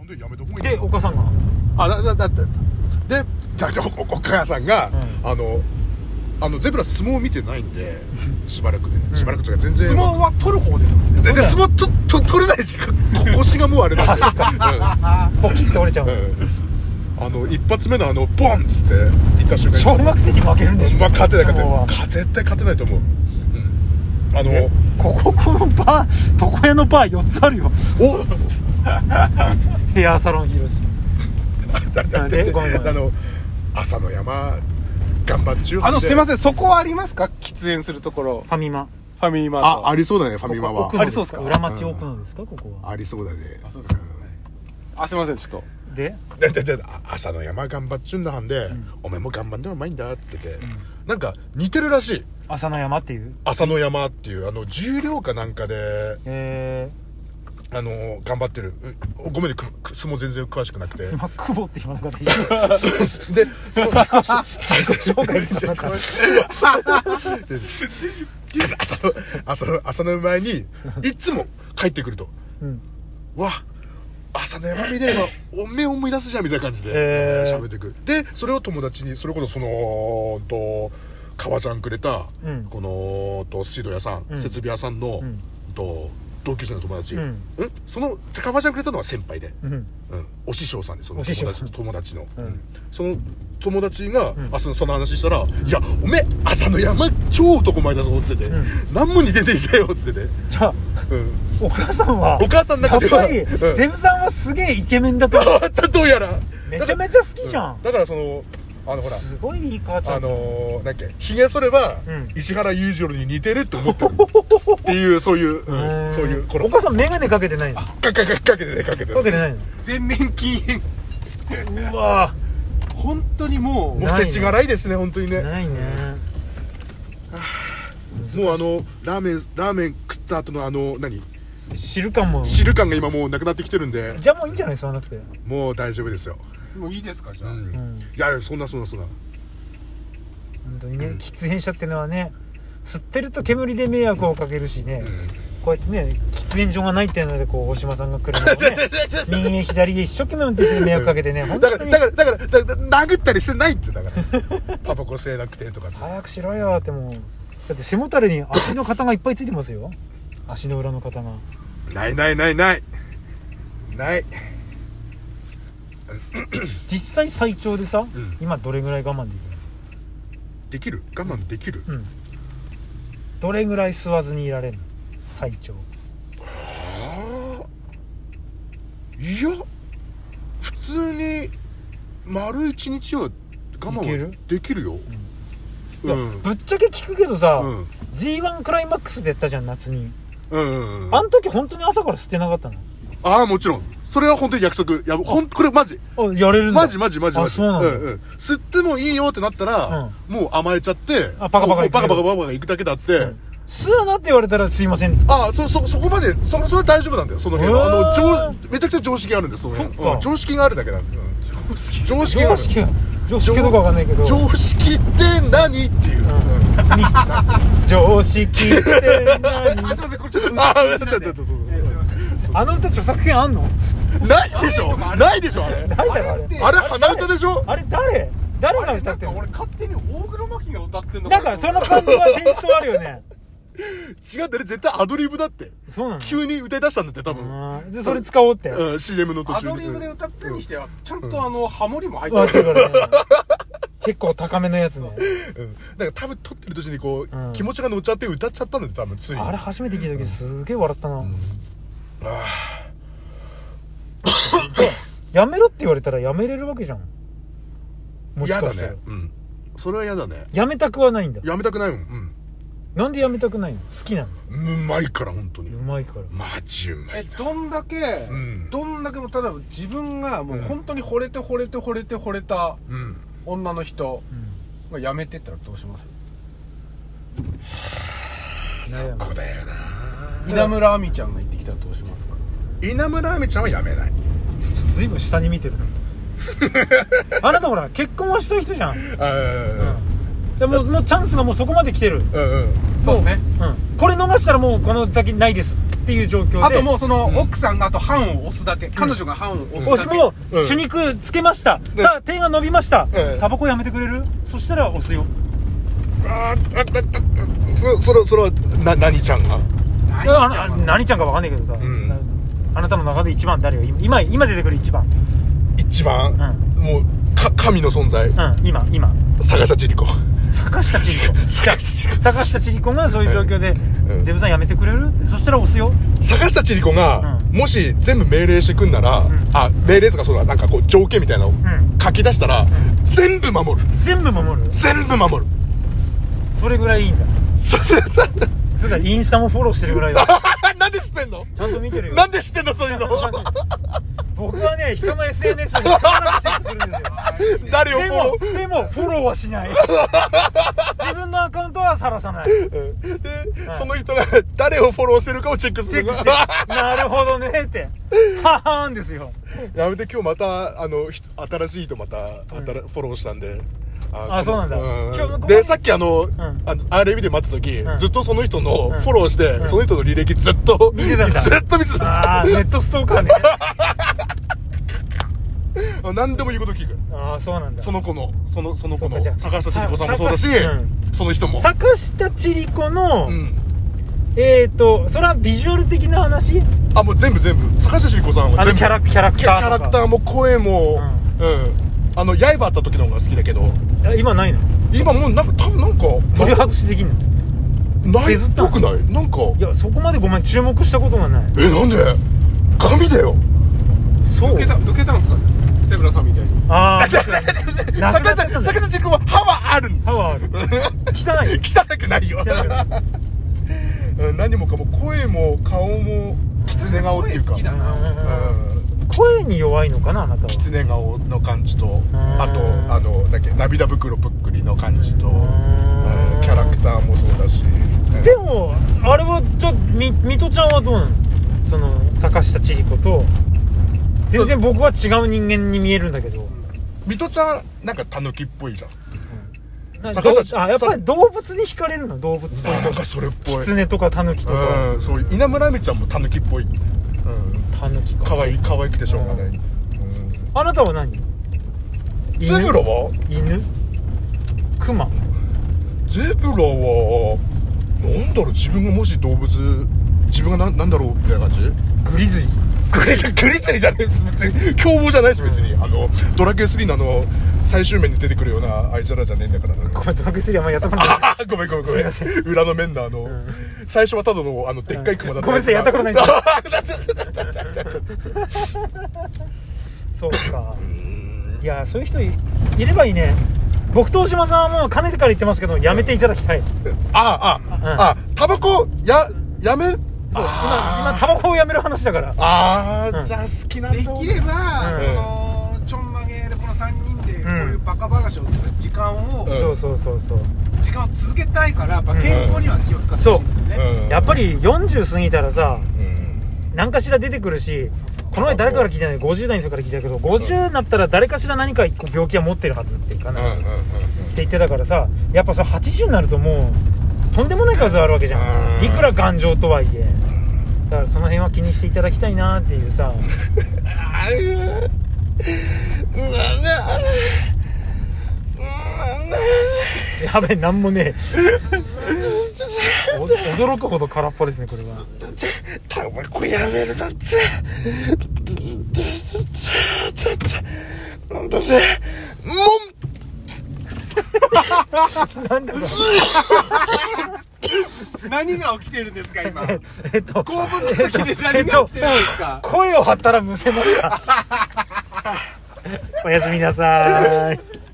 でやめた方がいいでお母さんがでお母さんが、ゼブラ相撲見てないんでしばらくというか全然相撲は取る方ですもんね。 で相撲取れないし腰がもうあれなんでポキッと折れちゃう、 一発目のボンっつって行った瞬間に小学生に負けるんでしょ。 勝てない絶対勝てないと思う。 このバー床屋のバー4つあるよ。 おヘアサロン広しごめん朝の山頑張っちゅうすいません、そこはありますか？喫煙するところ。 ファミマありそうだね。ファミマはありそうですか？ 裏町奥のですか？ここはありそうだね。 そうですか。すいません、ちょっとで朝の山頑張っちゅうんだはんで、お前も頑張んでもうまいんだっつってて、なんか似てるらしい。 朝の山っていう重量かなんかで頑張ってる。ごめんね、相撲全然詳しくなくて今久保って言わなかったで自己紹介してなかった朝の前にいつも帰ってくると、わ朝の山見でおめえ思い出すじゃんみたいな感じで喋ってく。でそれを友達にそれこそ革ジャンくれた、この水道屋さん、設備屋さんの、同級生の友達、その革ジャンくれたのは先輩で、お師匠さんで、その友達の、その友達が、その話したら、いやおめえ朝の山超男前だぞっつってて、何も似てねえじゃよっつってて、 じゃあ、お母さんの中ではやっぱりゼブさんはすげえイケメンだとどうやらめちゃめちゃ好きじゃん。 だからほらすごいいい母ちゃん。 なんだっけ、ひげ剃れば、石原裕次郎に似てるって思ってるっていうそういうお母さん眼鏡かけてないの？ かけてないの。 全面禁煙。 うわ本当にもう世知辛いですね、本当にね。 ないね。 もうラーメン食った後の汁感が今もうなくなってきてるんで、 じゃあもういいんじゃない？そうなくてもう大丈夫ですよ。 もういいですか？じゃあ、 いやそんな本当にね、喫煙者ってのはね、吸ってると煙で迷惑をかけるしね、こうやってね、喫煙所がないっていうので大島さんが車をね右へ左へ一生懸命運転して迷惑かけてね、 だから殴ったりしてないって。だからタバコ吸えなくてとか早くしろよって。もうだって背もたれに足の型がいっぱいついてますよ。足の裏の型がない実際最長でさ、今どれぐらい我慢できる？ 我慢できる、 どれぐらい吸わずにいられるの最長？ いや普通に丸1日は我慢はできるよ。 ぶっちゃけ聞くけどさ、G1 クライマックスでやったじゃん、夏に。あの時本当に朝から吸ってなかったの？ もちろんそれは本当に約束。これマジやれるんだ。 マジそうなんだ。 吸ってもいいよってなったら、もう甘えちゃってバカバカ行くだけだって、 吸うなって言われたらすいません。 そこまでそれは大丈夫なんだよ。その辺はめちゃくちゃ常識あるんです。その辺常識があるだけなんだよ。常識どこかわかんないけど、 常識って何っていう、 常識って何？ すいません、これちょっとあの歌著作権あんの？ ないでしょあれ。 ないだろあれ鼻歌でしょ。 あれ誰が歌ってんの？ 俺勝手に大黒摩季が歌ってんのなんかその感じはテイストあるよね。 違うんだね、絶対アドリブだって。 そうなの？ 急に歌い出したんだって多分。 でそれ使おうって、 CM の途中にアドリブで歌ったにしてはちゃんとハモリも入ってる、 結構高めのやつね。 だから多分撮ってる途中にこう、気持ちが乗っちゃって歌っちゃったんだって多分。ついあれ初めて聞いた時すげえ笑ったな。やめろって言われたらやめれるわけじゃん。 嫌だね。それは嫌だね。 やめたくはないんだ。 やめたくないもん。 なんでやめたくないの？好きなの？ うまいから本当に。 うまいから。 マジうまい。 どんだけもただ自分がもう本当に惚れた女の人がやめてったらどうします？ そこだよな。 稲村亜美ちゃんが言ってきたらどうしますか？ 稲村亜美ちゃんはやめない。 ずいぶん下に見てるあなたほら結婚はした人じゃん。でもうチャンスがもうそこまで来てる。 そうですね。 これ逃したらもうこの先ないですっっていう状況で、 あともうその奥さんがあと半を押すだけ、彼女が半を押すだけ、 もしも主肉つけました、さあ手が伸びました、タバコやめてくれる？そしたら押すよ。 それは何ちゃんが何ちゃんか分かんないけどさ、あなたの中で一番誰よ？今出てくる一番、 もう神の存在、 今坂下千里子坂下千里子がそういう状況でゼブさんやめてくれる？そしたら押すよ。 坂下千里子がもし全部命令してくんなら、命令とかそうだ、なんかこう条件みたいなのを書き出したら、全部守る。 それぐらいいいんだ。それだ、インスタもフォローしてるぐらいだ。 なんで知ってんの？ ちゃんと見てるよ。 なんで知ってんのそういうの？ 僕はね、人の SNS に必ずチェックするんですよ。 誰をフォロー？ でもフォローはしない。自分のアカウントは晒さない。 で、その人が誰をフォローしてるかをチェックする。 なるほどねってははーんですよ。 やめて、今日また新しい人またフォローしたんで。 そうなんだ。 で、さっきRAB で待った時、ずっとその人のフォローして、その人の履歴ずっと見てたんだ。 ずっと見てた。 ネットストーカーね。 何でも言うこと聞く。 そうなんだ。 その子の坂下千里子さんもそうだし、その人も坂下千里子のそれはビジュアル的な話？ もう全部坂下千里子さんは全部キャラクターも声も、刃あった時の方が好きだけど、 今ないの？今もう多分なんか取り外しできんの？ ないっぽくない？なんかいや、そこまでごめん、注目したことがない。 なんで？神だよ。 そう抜けたんですか？ゼブラさんみたいに。 坂下千里子は歯はあるんです。 歯はある。 汚くないよ。何もかも声も顔も狐顔っていうか、 声に弱いのかな、あなたは。 狐顔の感じと、あと涙袋ぷっくりの感じと、キャラクターもそうだし。 でもあれはちょっと水戸ちゃんはどうなの？その坂下千里子と全然僕は違う人間に見えるんだけど。 水戸ちゃんなんかタヌキっぽいじゃん。 やっぱり動物に惹かれるの？動物っぽいとなんかそれっぽい。 狐とかタヌキとか。 そう、稲村亜美ちゃんもタヌキっぽい。 タヌキか。 可愛くてしょうがない。 あなたは何？ ゼブラは？ 犬？クマ？ ゼブラはなんだろう、自分がもし動物、自分がなんだろうみたいな感じ？ グリズリーじゃないです。別に凶暴じゃないし、別にドラクエ3の最終面に出てくるようなあいつらじゃねえんだから。 ごめん、ドラクエ3はあんまやったことない。 ごめん。裏の面の最初はただのでっかいクマだった。 ごめんなさい、やったことないんですよ。そうか。いや、そういう人いればいいね。僕と大島さんはもうかねてから言ってますけど、やめていただきたい。 タバコやめる。 そう、今タバコをやめる話だから。 じゃあ好きなんだ。 できればちょんまげでこの3人でこういうバカ話をする時間を時間を続けたいから、やっぱ健康には気を使ってほしいですよね。 やっぱり40過ぎたらさ、何かしら出てくるし、この前誰から聞いたの？50代の人から聞いたけど、50になったら誰かしら何か一個病気は持ってるはずっていうかなって言ってたからさ、やっぱ80になるともうとんでもない数あるわけじゃん。いくら頑丈とはいえ。だからその辺は気にしていただきたいなっていうさ。やべえ、なんもねえ。驚くほど空っぽですね、これは。 タバコやめるなんてなんだぜ、 なんだろう。 何が起きてるんですか今？ 好物的で何が起きてるんですか？ 声を張ったらむせました。おやすみなさい。